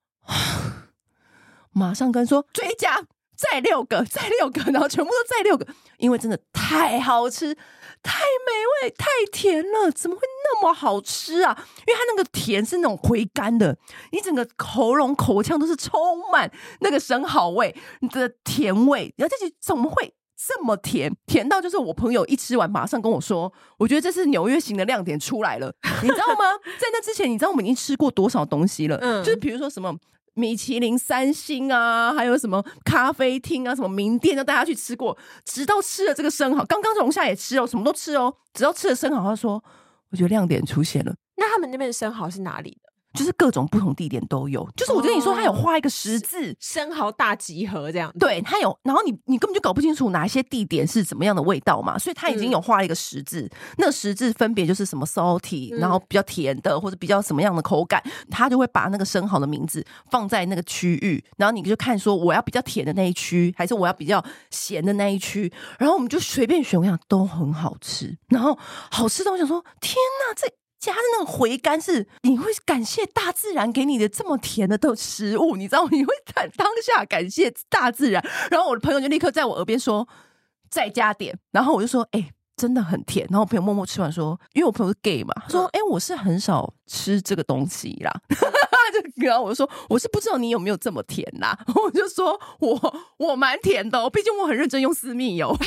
[SPEAKER 1] 马上跟说追加再六个再六个，然后全部都再六个，因为真的太好吃，太美味，太甜了，怎么会那么好吃啊？因为它那个甜是那种回甘的，你整个喉咙口腔都是充满那个生蚝味的甜味，然后这怎么会这么甜，甜到就是我朋友一吃完马上跟我说，我觉得这是纽约行的亮点出来了，你知道吗？在那之前你知道我们已经吃过多少东西了、嗯、就是比如说什么米其林三星啊，还有什么咖啡厅啊，什么名店都带他去吃过，直到吃了这个生蚝，刚刚龙虾也吃哦，什么都吃哦，直到吃了生蚝他说我觉得亮点出现了。
[SPEAKER 2] 那他们那边的生蚝是哪里的？
[SPEAKER 1] 就是各种不同地点都有，就是我跟你说他有画一个十字、哦、
[SPEAKER 2] 生蚝大集合这样子，
[SPEAKER 1] 对，他有，然后你你根本就搞不清楚哪一些地点是怎么样的味道嘛，所以他已经有画一个十字、嗯、那个十字分别就是什么 salty、嗯、然后比较甜的或者比较什么样的口感，他就会把那个生蚝的名字放在那个区域，然后你就看说我要比较甜的那一区还是我要比较咸的那一区，然后我们就随便选，我想都很好吃，然后好吃到我想说天哪，这加的那个回甘是你会感谢大自然给你的这么甜的食物，你知道吗？你会当下感谢大自然。然后我的朋友就立刻在我耳边说再加点，然后我就说哎、欸，真的很甜。然后我朋友默默吃完说，因为我朋友是 gay 嘛，他说哎、欸，我是很少吃这个东西啦然后我就说我是不知道你有没有这么甜啦，我就说我我蛮甜的、哦、毕竟我很认真用私密油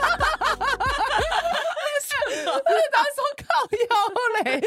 [SPEAKER 1] 他说靠腰嘞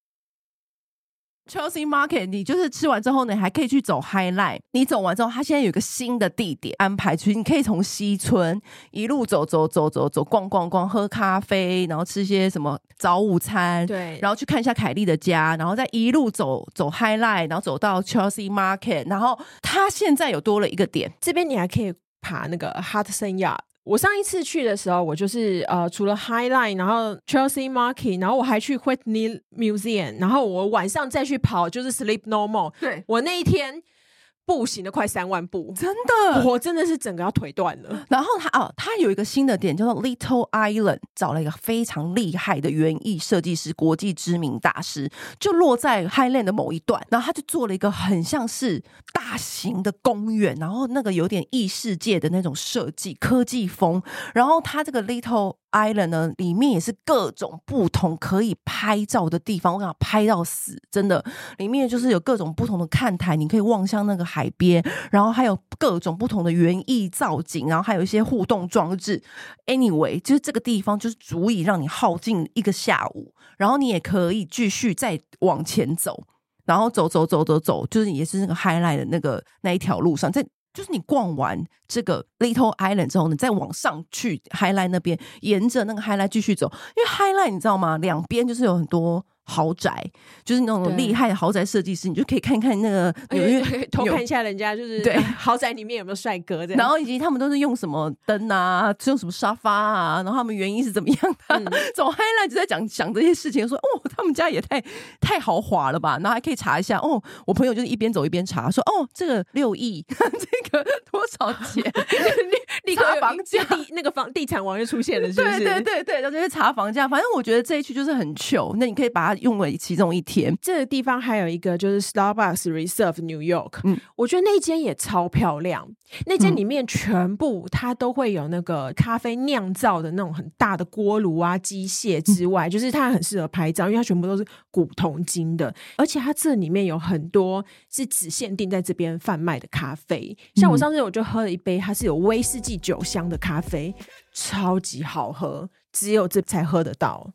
[SPEAKER 1] Chelsea Market 你就是吃完之后呢还可以去走 Highline， 你走完之后他现在有一个新的地点安排出去，你可以从西村一路走走走走走逛逛逛，喝咖啡，然后吃些什么早午餐，
[SPEAKER 2] 对，
[SPEAKER 1] 然后去看一下凯莉的家，然后再一路走走 Highline， 然后走到 Chelsea Market， 然后他现在有多了一个点，
[SPEAKER 2] 这边你还可以爬那个 Hudson Yard。我上一次去的时候，我就是呃，除了 Highline， 然后 Chelsea Market， 然后我还去 Whitney Museum， 然后我晚上再去跑就是 Sleep No More。对，我那一天步行了快三万步，
[SPEAKER 1] 真的，
[SPEAKER 2] 我真的是整个要腿断了。
[SPEAKER 1] 然后他哦，他有一个新的点叫做 Little Island， 找了一个非常厉害的园艺设计师，国际知名大师，就落在 Highland 的某一段，然后他就做了一个很像是大型的公园，然后那个有点异世界的那种设计，科技风。然后他这个 Little Island 呢，里面也是各种不同可以拍照的地方，我想拍到死，真的，里面就是有各种不同的看台，你可以望向那个海边，然后还有各种不同的园艺造景，然后还有一些互动装置。 anyway 就是这个地方就是足以让你耗尽一个下午，然后你也可以继续再往前走，然后走走走走走，就是也是那个 Highline 的那个那一条路上，在就是你逛完这个 Little Island 之后呢，再往上去 Highline 那边，沿着那个 Highline 继续走，因为 Highline 你知道吗，两边就是有很多豪宅，就是那种厉害的豪宅设计师，你就可以看看那个纽约
[SPEAKER 2] 偷看一下人家就是对豪宅里面有没有帅哥这样，
[SPEAKER 1] 然后以及他们都是用什么灯啊，用什么沙发啊，然后他们原因是怎么样的、啊嗯、总 Highline 就在讲讲这些事情，说哦他们家也太太豪华了吧，然后还可以查一下哦，我朋友就是一边走一边查说哦这个六亿这个多少钱
[SPEAKER 2] 立刻房价地那个房地产王就出现了是不是？
[SPEAKER 1] 对对对对，然后就会查房价，反正我觉得这一区就是很糗，那你可以把它用为其中一天。
[SPEAKER 2] 这个地方还有一个就是 Starbucks Reserve New York、嗯、我觉得那间也超漂亮，那间里面全部它都会有那个咖啡酿造的那种很大的锅炉啊机械之外、嗯、就是它很适合拍照，因为它全部都是古铜金的，而且它这里面有很多是只限定在这边贩卖的咖啡，像我上次我就喝了一杯，它是有威士忌酒香的咖啡，超级好喝，只有这才喝得到。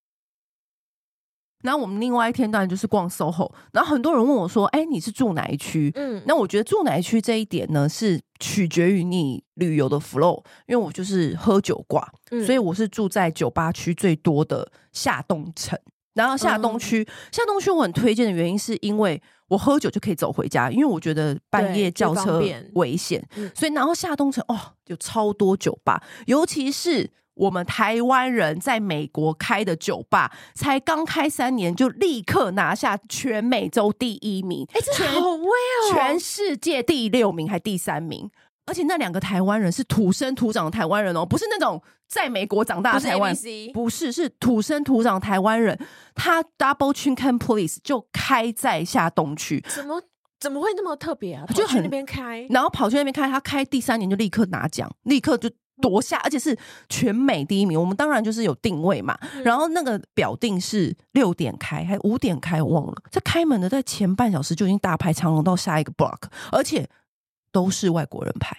[SPEAKER 1] 然后我们另外一天当然就是逛 S O H O， 然后很多人问我说哎、欸，你是住哪一区？嗯，那我觉得住哪一区这一点呢是取决于你旅游的 flow， 因为我就是喝酒挂、嗯、所以我是住在酒吧区最多的下东城。然后下东区、嗯、下东区我很推荐的原因是因为我喝酒就可以走回家，因为我觉得半夜叫车危险、嗯、所以然后下东城哦有超多酒吧，尤其是我们台湾人在美国开的酒吧，才刚开三年就立刻拿下全美洲第一名，
[SPEAKER 2] 哎，这好威哦！
[SPEAKER 1] 全世界第六名还第三名，而且那两个台湾人是土生土长的台湾人哦，不是那种在美国长大的台湾，不是，不是，是土生土长的台湾人。他 Double Chin Police 就开在下东区，
[SPEAKER 2] 怎么怎么会那么特别啊？就去那边开，
[SPEAKER 1] 然后跑去那边开，他开第三年就立刻拿奖，立刻就夺下，而且是全美第一名。我们当然就是有定位嘛、嗯、然后那个表定是六点开还五点开我忘了，在开门的在前半小时就已经大排长龙到下一个 block， 而且都是外国人排，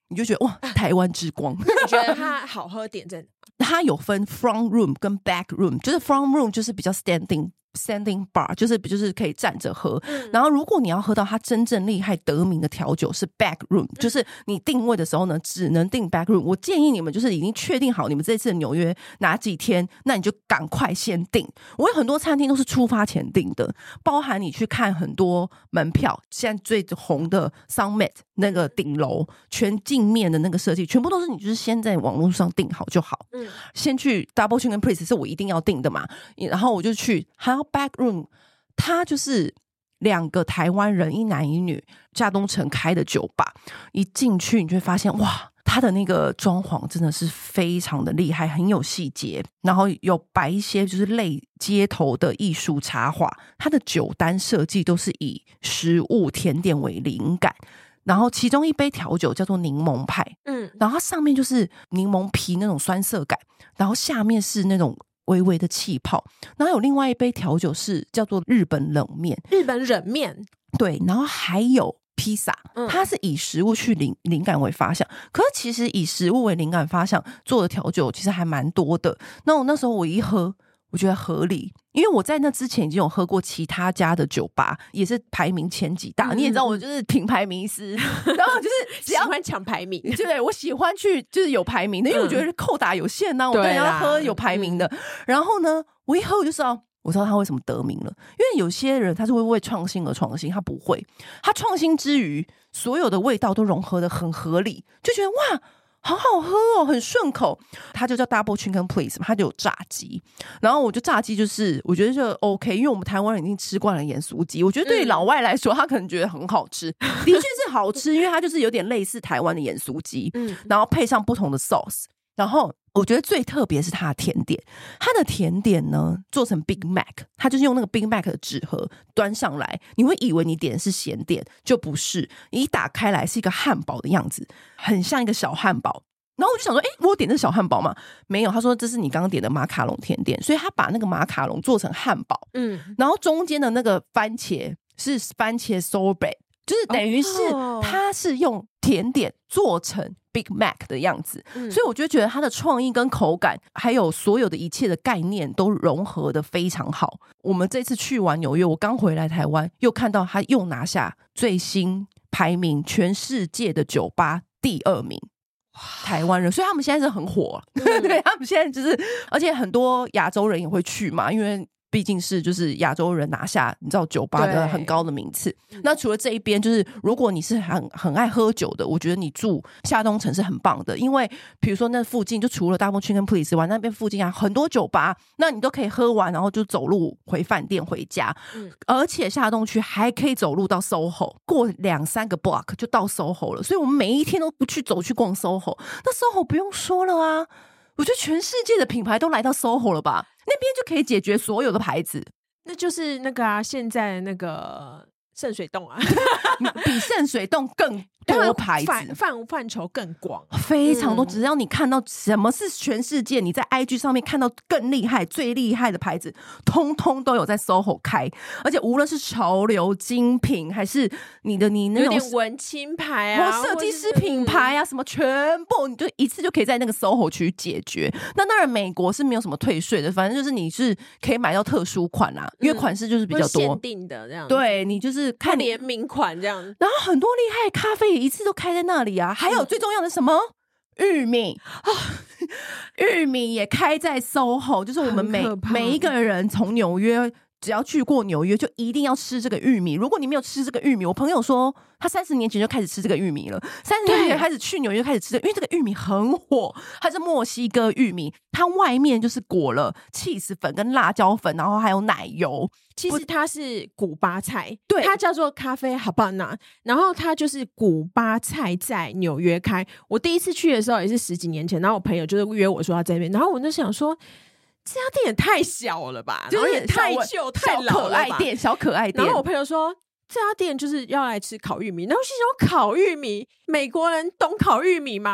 [SPEAKER 1] 你就觉得哇，台湾之光。
[SPEAKER 2] 你觉得它好喝点在哪？
[SPEAKER 1] 它有分 front room 跟 back room， 就是 front room 就是比较 standing standing bar， 就是就是可以站着喝、嗯、然后如果你要喝到它真正厉害得名的调酒是 back room、嗯、就是你定位的时候呢只能定 back room。 我建议你们就是已经确定好你们这次的纽约哪几天，那你就赶快先定。我有很多餐厅都是出发前定的，包含你去看很多门票，现在最红的 Summit 那个顶楼全镜面的那个设计全部都是你就是先在网络上订好就好、嗯、先去 Double Chin 跟 Priest 是我一定要订的嘛，然后我就去还要back room， 它就是两个台湾人一男一女嘉东城开的酒吧，一进去你就会发现哇，它的那个装潢真的是非常的厉害，很有细节，然后有摆一些就是类街头的艺术插画，它的酒单设计都是以食物甜点为灵感，然后其中一杯调酒叫做柠檬派，嗯，然后它上面就是柠檬皮那种酸涩感，然后下面是那种微微的气泡，然后有另外一杯调酒是叫做日本冷面，
[SPEAKER 2] 日本冷面，
[SPEAKER 1] 对，然后还有披萨，它是以食物去灵灵感为发想，可是其实以食物为灵感发想做的调酒其实还蛮多的。那我那时候我一喝我觉得合理，因为我在那之前已经有喝过其他家的酒吧，也是排名前几大、嗯、你也知道我就是品牌迷思然后就是
[SPEAKER 2] 只要喜欢抢排名，
[SPEAKER 1] 对，我喜欢去就是有排名的，因为我觉得扣打有限啊、嗯、我当然要喝有排名的、嗯、然后呢我一喝我就知道我知道他为什么得名了，因为有些人他是会为创新而创新，他不会，他创新之余所有的味道都融合得很合理，就觉得哇好好喝哦，很顺口。它就叫 Double Chicken Please， 它就有炸鸡，然后我就炸鸡就是我觉得就 OK， 因为我们台湾人已经吃惯了盐酥鸡，我觉得对于老外来说他可能觉得很好吃，的确是好吃，因为它就是有点类似台湾的盐酥鸡，然后配上不同的 sauce， 然后我觉得最特别是它的甜点，它的甜点呢做成 Big Mac， 它就是用那个 Big Mac 的纸盒端上来，你会以为你点的是咸点，就不是，你一打开来是一个汉堡的样子，很像一个小汉堡。然后我就想说，诶，我有点这小汉堡吗？没有，他说这是你刚刚点的马卡龙甜点，所以他把那个马卡龙做成汉堡，嗯，然后中间的那个番茄是番茄 sorbet， 就是等于是它是用甜点做成Big Mac 的样子、嗯、所以我就觉得它的创意跟口感还有所有的一切的概念都融合的非常好。我们这次去完纽约，我刚回来台湾又看到他又拿下最新排名全世界的酒吧第二名，台湾人，所以他们现在是很火、嗯、对，他们现在就是而且很多亚洲人也会去嘛，因为毕竟是就是亚洲人拿下你知道酒吧的很高的名次。那除了这一边，就是如果你是很很爱喝酒的，我觉得你住下东城是很棒的，因为比如说那附近就除了 Double Chicken Please 外，那边附近啊很多酒吧，那你都可以喝完然后就走路回饭店回家、嗯、而且下东区还可以走路到 SoHo， 过两三个 block 就到 SoHo 了，所以我们每一天都不去走去逛 SoHo， 那 SoHo 不用说了啊，我觉得全世界的品牌都来到 SoHo 了吧，那边就可以解决所有的牌子。
[SPEAKER 2] 那就是那个啊，现在那个圣水洞啊
[SPEAKER 1] 比圣水洞更多牌子，
[SPEAKER 2] 范范范畴更广，
[SPEAKER 1] 非常多、嗯、只要你看到什么是全世界，你在 I G 上面看到更厉害最厉害的牌子通通都有在 SoHo 开，而且无论是潮流精品还是你的你那种
[SPEAKER 2] 有点文青牌啊
[SPEAKER 1] 设计师品牌啊什么，全部你就一次就可以在那个 SoHo 区解决。那当然美国是没有什么退税的，反正就是你是可以买到特殊款啦、嗯、因为款式就是比较多
[SPEAKER 2] 限定的这样子，
[SPEAKER 1] 对，你就是看
[SPEAKER 2] 联名款这样，
[SPEAKER 1] 然后很多厉害咖啡也一次都开在那里啊。还有最重要的什么玉米、哦、玉米也开在 SoHo， 就是我们每每一个人从纽约只要去过纽约就一定要吃这个玉米，如果你没有吃这个玉米，我朋友说他三十年前就开始吃这个玉米了，三十年前开始去纽约开始吃，因为这个玉米很火，它是墨西哥玉米，它外面就是裹了起司粉跟辣椒粉，然后还有奶油，
[SPEAKER 2] 其实它是古巴菜，
[SPEAKER 1] 对，
[SPEAKER 2] 它叫做咖啡哈巴那，然后它就是古巴菜在纽约开。我第一次去的时候也是十几年前，然后我朋友就是约我说要在这边，然后我就想说这家店也太小了吧，
[SPEAKER 1] 就是
[SPEAKER 2] 也太旧太老了吧，
[SPEAKER 1] 小可爱店，小可爱店。
[SPEAKER 2] 然后我朋友说这家店就是要来吃烤玉米，然后心想烤玉米，美国人懂烤玉米吗？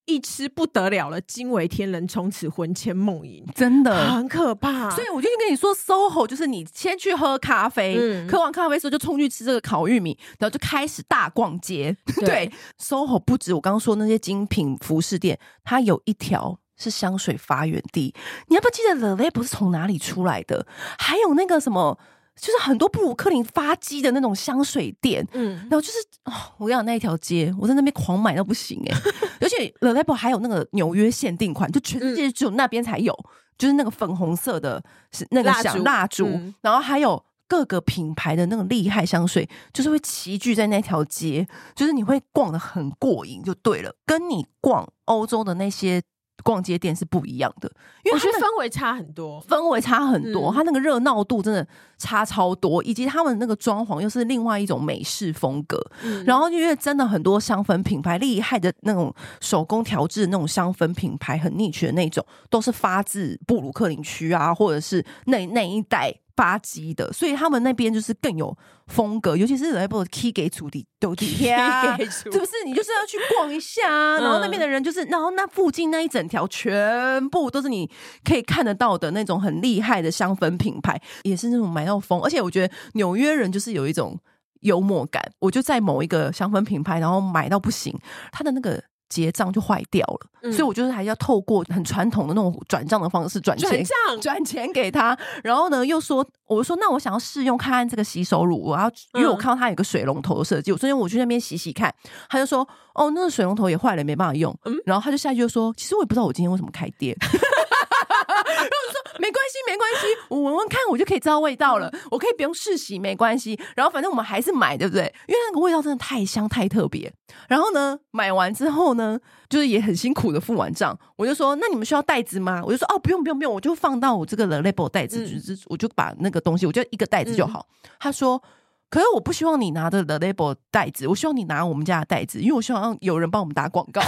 [SPEAKER 2] 一吃不得了了，惊为天人，从此魂牵梦萦，
[SPEAKER 1] 真的
[SPEAKER 2] 很可怕。
[SPEAKER 1] 所以我就跟你说 S O H O 就是你先去喝咖啡、嗯、喝完咖啡的时候就冲去吃这个烤玉米，然后就开始大逛街。对, 对 S O H O 不止我刚刚说那些精品服饰店，它有一条是香水发源地。你要不要记得 Le Labo 是从哪里出来的？还有那个什么，就是很多布鲁克林发迹的那种香水店，嗯，然后就是、哦、我跟你讲那一条街，我在那边狂买到不行哎、欸，而且 Le Labo 还有那个纽约限定款，就全世界只有那边才有，嗯、就是那个粉红色的是那个小蜡烛，嗯、然后还有各个品牌的那个厉害香水，就是会齐聚在那条街，就是你会逛得很过瘾就对了，跟你逛欧洲的那些逛街店是不一样的，因为
[SPEAKER 2] 我觉得氛围差很多，
[SPEAKER 1] 氛围差很多，嗯、它那个热闹度真的差超多，以及他们那个装潢又是另外一种美式风格。嗯、然后因为真的很多香氛品牌厉害的那种手工调制的那种香氛品牌，很niche的那种，都是发自布鲁克林区啊，或者是那那一带发迹的，所以他们那边就是更有风格，尤其是 Le Labo key 给处理都底下，是不是？你就是要去逛一下、啊，然后那边的人就是，然后那附近那一整条全部都是你可以看得到的那种很厉害的香氛品牌，也是那种买到疯。而且我觉得纽约人就是有一种幽默感，我就在某一个香氛品牌，然后买到不行，他的那个结账就坏掉了、嗯、所以我就是还要透过很传统的那种转账的方式转钱转钱给他，然后呢又说我就说那我想要试用看看这个洗手乳，我要因为我看到他有个水龙头的设计，所以我去那边洗洗看，他就说哦那个水龙头也坏了没办法用、嗯、然后他就下去就说其实我也不知道我今天为什么开店然后我说没关系没关系，我闻闻看我就可以知道味道了，我可以不用试洗没关系，然后反正我们还是买对不对，因为那个味道真的太香太特别。然后呢买完之后呢就是也很辛苦的付完账，我就说那你们需要袋子吗？我就说哦不用不用不用，我就放到我这个 Le Labo 袋子、嗯、就是我就把那个东西我就一个袋子就好、嗯、他说可是我不希望你拿着 Le Labo 袋子，我希望你拿我们家的袋子，因为我希望让有人帮我们打广告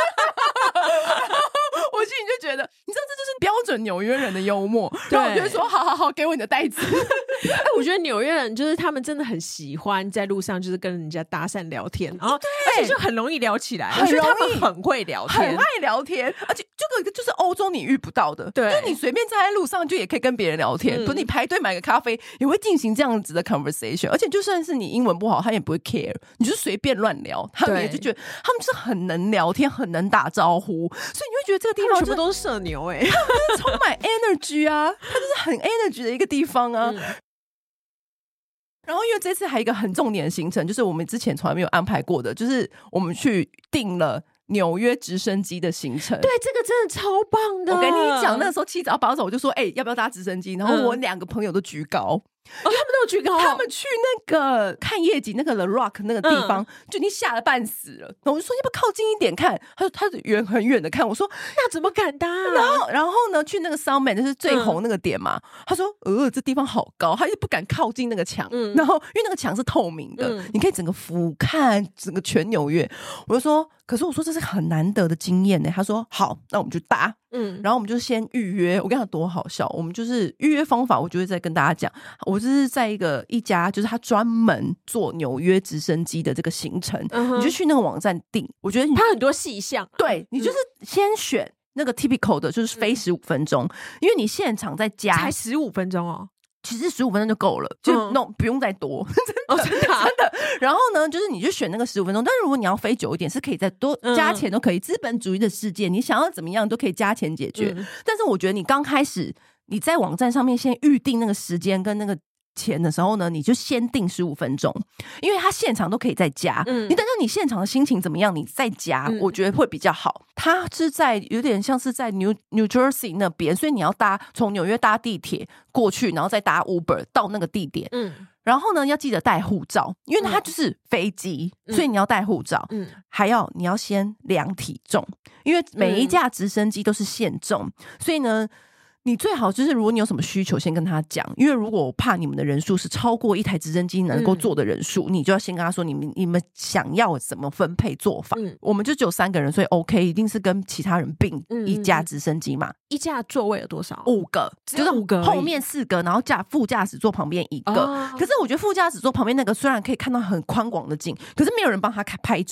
[SPEAKER 1] 我心里就觉得你知道这就是标准纽约人的幽默，然后我就会说好好好给我你的袋子
[SPEAKER 2] 哎，我觉得纽约人就是他们真的很喜欢在路上就是跟人家搭讪聊天，然后而且就很容易聊起来，我觉得他们很会聊天，
[SPEAKER 1] 很爱聊天，而且这个就是欧洲你遇不到的，对，就你随便站在路上就也可以跟别人聊天，不、嗯、你排队买个咖啡也会进行这样子的 conversation， 而且就算是你英文不好他也不会 care， 你就随便乱聊，他们也就觉得他们就是很能聊天很能打招呼，所以你会觉得这个地方、就是、
[SPEAKER 2] 全部都是社牛哎、欸，
[SPEAKER 1] 他们就是充满 energy 啊，它就是很 energy 的一个地方啊、嗯，然后因为这次还有一个很重点的行程，就是我们之前从来没有安排过的，就是我们去订了纽约直升机的行程。
[SPEAKER 2] 对，这个真的超棒的。
[SPEAKER 1] 我跟你讲，那个时候七早八早我就说，哎、欸，要不要搭直升机？然后我两个朋友都举高。
[SPEAKER 2] 哦，他们都有举高、哦，
[SPEAKER 1] 他们去那个看夜景，那个 The Rock 那个地方，嗯、就已经吓得半死了。然后我就说要不要靠近一点看？他说他远很远的看。我说
[SPEAKER 2] 那怎么敢搭、啊？
[SPEAKER 1] 然后然后呢，去那个 Summit 就是最红那个点嘛。嗯、他说呃，这地方好高，他就不敢靠近那个墙。嗯、然后因为那个墙是透明的，嗯、你可以整个俯瞰整个全纽约。我就说，可是我说这是很难得的经验呢。他说好，那我们就搭。嗯，然后我们就先预约，我跟你讲多好笑，我们就是预约方法，我就会再跟大家讲。我就是在一个一家，就是他专门做纽约直升机的这个行程，嗯、你就去那个网站订。我觉得
[SPEAKER 2] 它很多细项，
[SPEAKER 1] 对你就是先选那个 typical 的，就是飞十五分钟、嗯，因为你现场在加
[SPEAKER 2] 才十五分钟哦。
[SPEAKER 1] 其实十五分钟就够了，就那、嗯 no, 不用再多，真的、
[SPEAKER 2] 哦、真的、啊、
[SPEAKER 1] 真的。然后呢，就是你就选那个十五分钟，但是如果你要飞久一点，是可以再多加钱都可以。资本主义的世界，你想要怎么样都可以加钱解决。嗯、但是我觉得你刚开始你在网站上面先预定那个时间跟那个钱的时候呢，你就先定十五分钟，因为他现场都可以再加。嗯、你等到你现场的心情怎么样，你再加，嗯、我觉得会比较好。他是在有点像是在 New New Jersey 那边，所以你要搭从纽约搭地铁过去，然后再搭 Uber 到那个地点。嗯，然后呢，要记得带护照，因为它就是飞机，嗯、所以你要带护照。嗯，还要你要先量体重，因为每一架直升机都是限重，嗯、所以呢。你最好就是如果你有什么需求先跟他讲，因为如果我怕你们的人数是超过一台直升机能够坐的人数、嗯、你就要先跟他说你们你们想要怎么分配做法、嗯、我们就只有三个人，所以 OK 一定是跟其他人并一架直升机嘛、嗯嗯、
[SPEAKER 2] 一架座位有多少？
[SPEAKER 1] 五个，就是五个，后面四个，然后驾副驾驶座旁边一个、哦、可是我觉得副驾驶座旁边那个虽然可以看到很宽广的景，可是没有人帮他拍照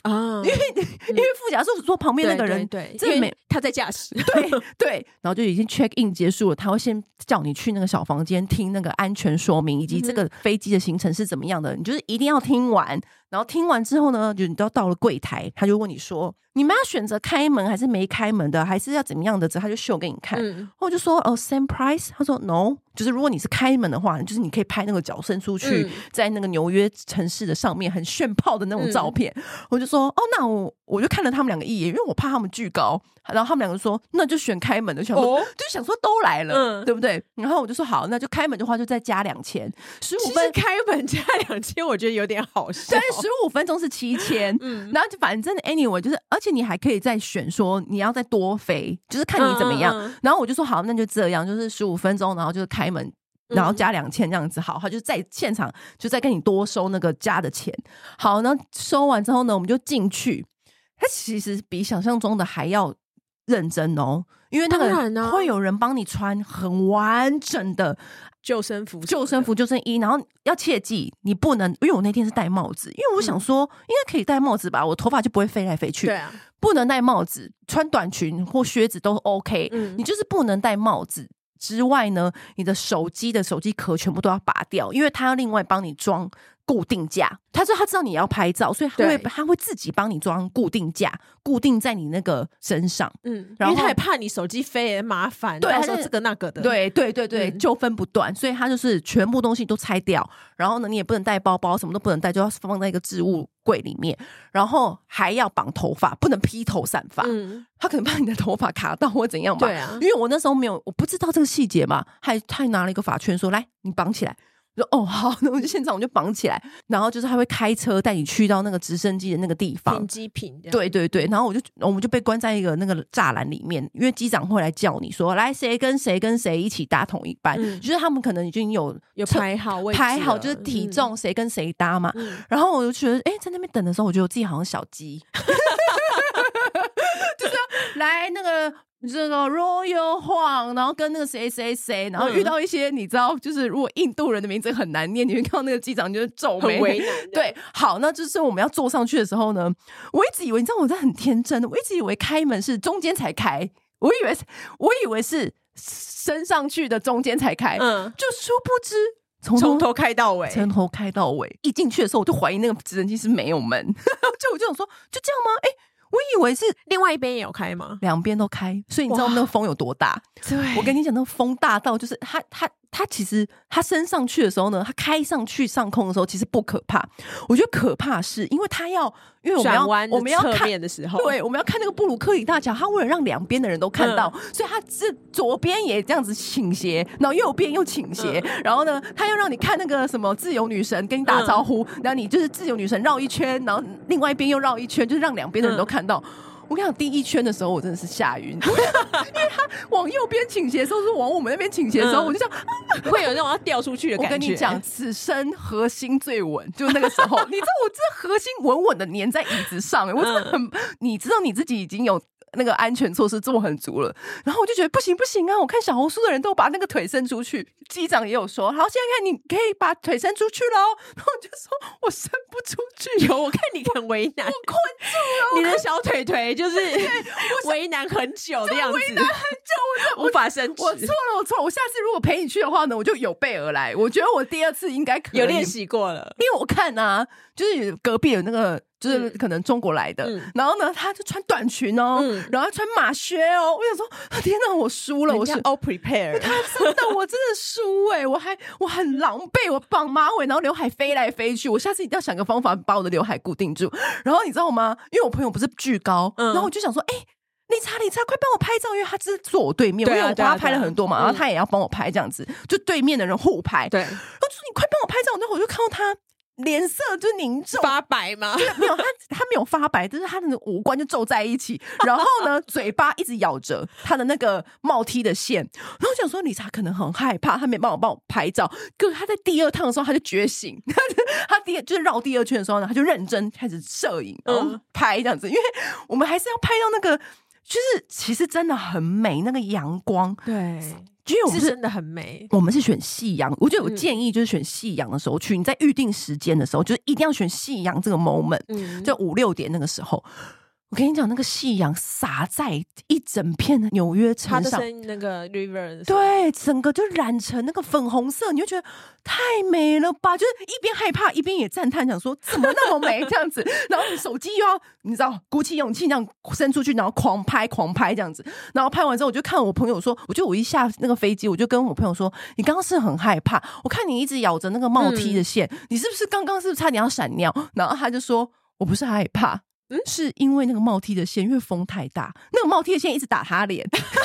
[SPEAKER 1] 啊，因为、嗯、因为副驾驶坐旁边那个人，
[SPEAKER 2] 对对对，因为他在驾驶，
[SPEAKER 1] 对对，然后就已经 check in 结束了，他会先叫你去那个小房间听那个安全说明，以及这个飞机的行程是怎么样的，嗯、你就是一定要听完。然后听完之后呢，就你都到了柜台，他就问你说，你们要选择开门还是没开门的，还是要怎么样的？他就秀给你看。嗯、然后我就说哦 ，same price。他说 no， 就是如果你是开门的话，就是你可以拍那个脚伸出去，嗯、在那个纽约城市的上面很炫炮的那种照片。嗯、我就说哦，那我我就看了他们两个一眼，因为我怕他们巨高。然后他们两个说那就选开门的，想说、哦、就想说都来了、嗯，对不对？然后我就说好，那就开门的话就再加两千，十五分
[SPEAKER 2] 开门加两千，我觉得有点好笑。
[SPEAKER 1] 对，十五分钟是七千，嗯，然后就反正 anyway 就是，而且你还可以再选说你要再多飞，就是看你怎么样。嗯嗯嗯然后我就说好，那就这样，就是十五分钟，然后就是开门。然后加两千这样子，好，他就在现场就再跟你多收那个加的钱。好，那收完之后呢，我们就进去。他其实比想象中的还要认真哦，因为那个会有人帮你穿很完整的
[SPEAKER 2] 救生服、
[SPEAKER 1] 救生服、救生衣，然后要切记你不能，因为我那天是戴帽子，因为我想说、嗯、应该可以戴帽子吧，我头发就不会飞来飞去。
[SPEAKER 2] 对啊，
[SPEAKER 1] 不能戴帽子，穿短裙或靴子都 OK，、嗯、你就是不能戴帽子。之外呢，你的手机的手机壳全部都要拔掉，因为他要另外帮你装固定架。他说他知道你要拍照，所以他会他会自己帮你装固定架，固定在你那个身上。嗯，
[SPEAKER 2] 然后因为他也怕你手机飞也麻烦，
[SPEAKER 1] 对，
[SPEAKER 2] 到时候这个那个的，
[SPEAKER 1] 对对对对，嗯、纠纷不断，所以他就是全部东西都拆掉。然后呢，你也不能带包包，什么都不能带，就要放在一个置物柜里面。然后还要绑头发，不能披头散发。嗯，他可能把你的头发卡到或怎样吧。
[SPEAKER 2] 对啊，
[SPEAKER 1] 因为我那时候没有，我不知道这个细节嘛，还他还拿了一个发圈说：“来，你绑起来。”我说哦好，那我就现场我就绑起来，然后就是他会开车带你去到那个直升机的那个地方，
[SPEAKER 2] 停机坪，
[SPEAKER 1] 对对对，然后我就我们就被关在一个那个栅栏里面，因为机长会来叫你说来谁跟谁跟谁一起搭同一班，嗯、就是他们可能已经有
[SPEAKER 2] 有排好位置
[SPEAKER 1] 排好就是体重谁跟谁搭嘛，嗯、然后我就觉得哎、欸，在那边等的时候，我觉得我自己好像小鸡，就是来那个。这个 Royal Huang， 然后跟那个谁谁谁，然后遇到一些、嗯、你知道，就是如果印度人的名字很难念，你会看到那个机长就是皱眉，
[SPEAKER 2] 很为难。
[SPEAKER 1] 对，好，那就是我们要坐上去的时候呢，我一直以为，你知道我在很天真的，我一直以为开门是中间才开，我以为我以为是升上去的中间才开，嗯，就殊不知。
[SPEAKER 2] 从 头, 从头开到尾，
[SPEAKER 1] 从头开到尾。一进去的时候，我就怀疑那个直升机是没有门，就我就想说，就这样吗？哎、欸。我以为是
[SPEAKER 2] 另外一边也有开吗？
[SPEAKER 1] 两边都开，所以你知道那个风有多大？
[SPEAKER 2] 对，
[SPEAKER 1] 我跟你讲，那个风大到就是它它它其实它升上去的时候呢，它开上去上空的时候其实不可怕，我觉得可怕是因为它要因为我们要我们要看
[SPEAKER 2] 面的时候，
[SPEAKER 1] 对，我们要看那个布鲁克林大桥，它为了让两边的人都看到，嗯、所以它是左边也这样子倾斜，然后右边又倾斜，嗯、然后呢，它要让你看那个什么自由女神跟你打招呼，嗯、然后你就是自由女神绕一圈，然后另外一边又绕一圈，就是让两边的人都看到。嗯我跟你讲，第一圈的时候我真的是吓晕，因为他往右边倾斜的时候是往我们那边倾斜的时候，嗯、我就想、啊、
[SPEAKER 2] 会有那种要掉出去的感觉。
[SPEAKER 1] 我跟你讲，此生核心最稳，就是那个时候，你知道我这核心稳稳的粘在椅子上，我真的很，嗯、你知道你自己已经有。那个安全措施做很足了，然后我就觉得不行不行啊！我看小红书的人都把那个腿伸出去，机长也有说，好，现在看你可以把腿伸出去了，然后我就说我伸不出去，
[SPEAKER 2] 有我看你很为难，
[SPEAKER 1] 我困住了，
[SPEAKER 2] 你的小腿腿就是为难很久的样子，
[SPEAKER 1] 为难很久，
[SPEAKER 2] 我无法伸直。
[SPEAKER 1] 我错了，我错了，我下次如果陪你去的话呢，我就有备而来。我觉得我第二次应该可以
[SPEAKER 2] 有练习过了，
[SPEAKER 1] 因为我看啊，就是隔壁有那个。就是可能中国来的，嗯、然后呢，他就穿短裙哦，嗯、然后穿马靴哦。我想说，天哪，我输了，我是
[SPEAKER 2] all prepared。
[SPEAKER 1] 他真的，我真的输哎、欸，我还我很狼狈，我绑马尾，然后刘海飞来飞去。我下次一定要想个方法把我的刘海固定住。然后你知道吗？因为我朋友不是巨高，嗯、然后我就想说，哎、欸。理查，理查，快帮我拍照，因为他是坐我对面，
[SPEAKER 2] 对啊、
[SPEAKER 1] 因为我帮他拍了很多嘛，啊啊、然后他也要帮我拍，这样子，就对面的人互拍。
[SPEAKER 2] 对，
[SPEAKER 1] 然后就说你快帮我拍照，然后我就看到他。脸色就凝重，
[SPEAKER 2] 发白吗？
[SPEAKER 1] 没有，他他没有发白，就是他的五官就皱在一起，然后呢，嘴巴一直咬着他的那个帽 T 的线。然后我想说，理查可能很害怕，他没办法帮我拍照。可他在第二趟的时候，他就觉醒，他第就是绕第二圈的时候呢，他就认真开始摄影，然后拍这样子，因为我们还是要拍到那个。 就是其实真的很美，那个阳光，
[SPEAKER 2] 对，
[SPEAKER 1] 因为我们 是,
[SPEAKER 2] 是真的很美。
[SPEAKER 1] 我们是选夕阳，我觉得我建议就是选夕阳的时候去，嗯、你在预定时间的时候，就是一定要选夕阳这个 moment，、嗯、就五六点那个时候。我跟你讲，那个夕阳洒在一整片的纽约城上，
[SPEAKER 2] 那个 river，
[SPEAKER 1] 对，整个就染成那个粉红色，你就觉得太美了吧？就是一边害怕，一边也赞叹，想说怎么那么美这样子。然后你手机又要你知道鼓起勇气那样伸出去，然后狂拍狂拍这样子。然后拍完之后，我就看我朋友说，我就我一下那个飞机，我就跟我朋友说，你刚刚是很害怕，我看你一直咬着那个帽梯的线，嗯、你是不是刚刚是不是差点要闪尿？然后他就说，我不是害怕。嗯，是因为那个帽梯的线，因为风太大，那个帽梯的线一直打他脸。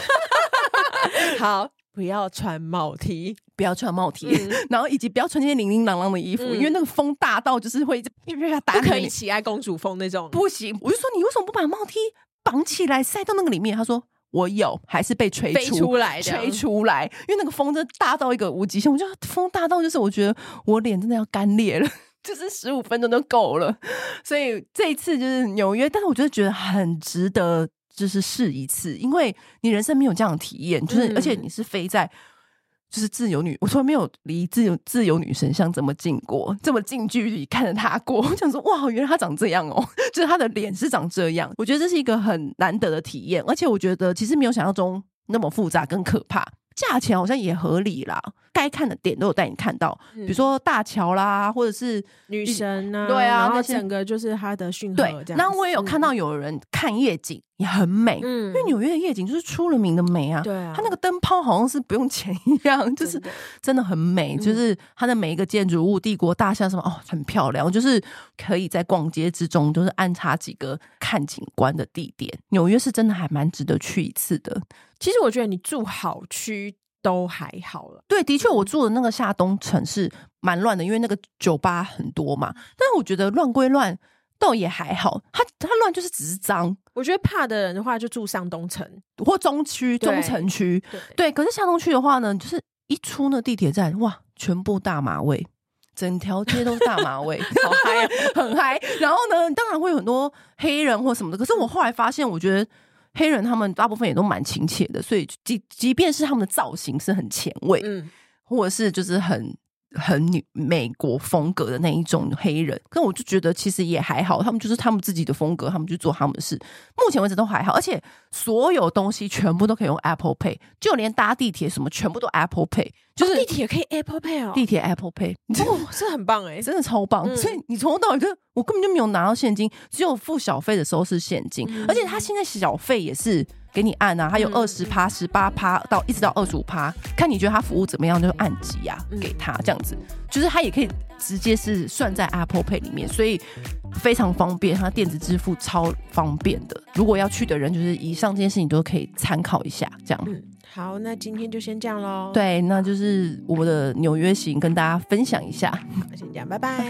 [SPEAKER 2] 好，不要穿帽梯，
[SPEAKER 1] 不要穿帽梯，嗯、然后以及不要穿那些零零琅琅的衣服，嗯、因为那个风大到就是会打你。
[SPEAKER 2] 不可以起爱公主风那种，
[SPEAKER 1] 不行。我就说你为什么不把帽梯绑起来塞到那个里面？他说我有，还是被吹出
[SPEAKER 2] 飞出来的，
[SPEAKER 1] 吹出来，因为那个风真的大到一个无极限。我觉得风大到就是我觉得我脸真的要干裂了。就是十五分钟都够了，所以这一次就是纽约，但是我就觉得很值得，就是试一次，因为你人生没有这样的体验，就是、嗯、而且你是飞在就是自由女，我从来没有离自由自由女神像这么近过，这么近距离看着她过，我想说哇，原来她长这样哦，就是她的脸是长这样，我觉得这是一个很难得的体验，而且我觉得其实没有想象中那么复杂跟可怕。价钱好像也合理啦，该看的点都有带你看到，嗯、比如说大桥啦，或者是
[SPEAKER 2] 女神啊，
[SPEAKER 1] 对啊，
[SPEAKER 2] 然后整个就是它的讯号这样。
[SPEAKER 1] 然后我也有看到有人看夜景，嗯、也很美，嗯、因为纽约的夜景就是出了名的美啊。
[SPEAKER 2] 对啊，
[SPEAKER 1] 它那个灯泡好像是不用钱一样，就是真的很美，嗯、就是它的每一个建筑物、帝国大厦什么哦，很漂亮，就是可以在逛街之中，就是安插几个看景观的地点。纽约是真的还蛮值得去一次的。
[SPEAKER 2] 其实我觉得你住好区都还好了。
[SPEAKER 1] 对，的确我住的那个下东城是蛮乱的，因为那个酒吧很多嘛，但是我觉得乱归乱倒也还好，它它乱就是只是脏。
[SPEAKER 2] 我觉得怕的人的话就住上东城
[SPEAKER 1] 或中区中城区， 对, 对，可是下东区的话呢，就是一出那地铁站，哇，全部大麻味，整条街都是大麻味，好嗨，很嗨。然后呢，当然会有很多黑人或什么的，可是我后来发现，我觉得黑人他们大部分也都蛮亲切的，所以即即便是他们的造型是很前卫，嗯，或者是就是很很美国风格的那一种黑人，可是我就觉得其实也还好，他们就是他们自己的风格，他们就做他们的事，目前为止都还好，而且所有东西全部都可以用 Apple Pay， 就连搭地铁什么全部都 Apple Pay， 就是、
[SPEAKER 2] 哦、地铁可以 Apple Pay 哦，
[SPEAKER 1] 地铁 Apple Pay，
[SPEAKER 2] 哦，这很棒哎，
[SPEAKER 1] 真的超棒、嗯、所以你从头到尾就我根本就没有拿到现金，只有付小费的时候是现金、嗯、而且他现在小费也是给你按啊，他有 百分之二十、百分之十八 到一直到 百分之二十五， 看你觉得他服务怎么样就按几啊给他，这样子就是他也可以直接是算在 Apple Pay 里面，所以非常方便，他电子支付超方便的，如果要去的人就是以上这件事情都可以参考一下这样、嗯、
[SPEAKER 2] 好，那今天就先这样咯。
[SPEAKER 1] 对，那就是我的纽约行跟大家分享一下，
[SPEAKER 2] 先这样，拜拜。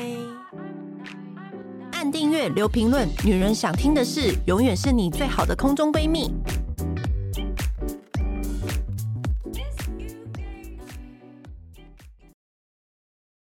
[SPEAKER 1] 按订阅留评论，女人想听的事永远是你最好的空中闺蜜。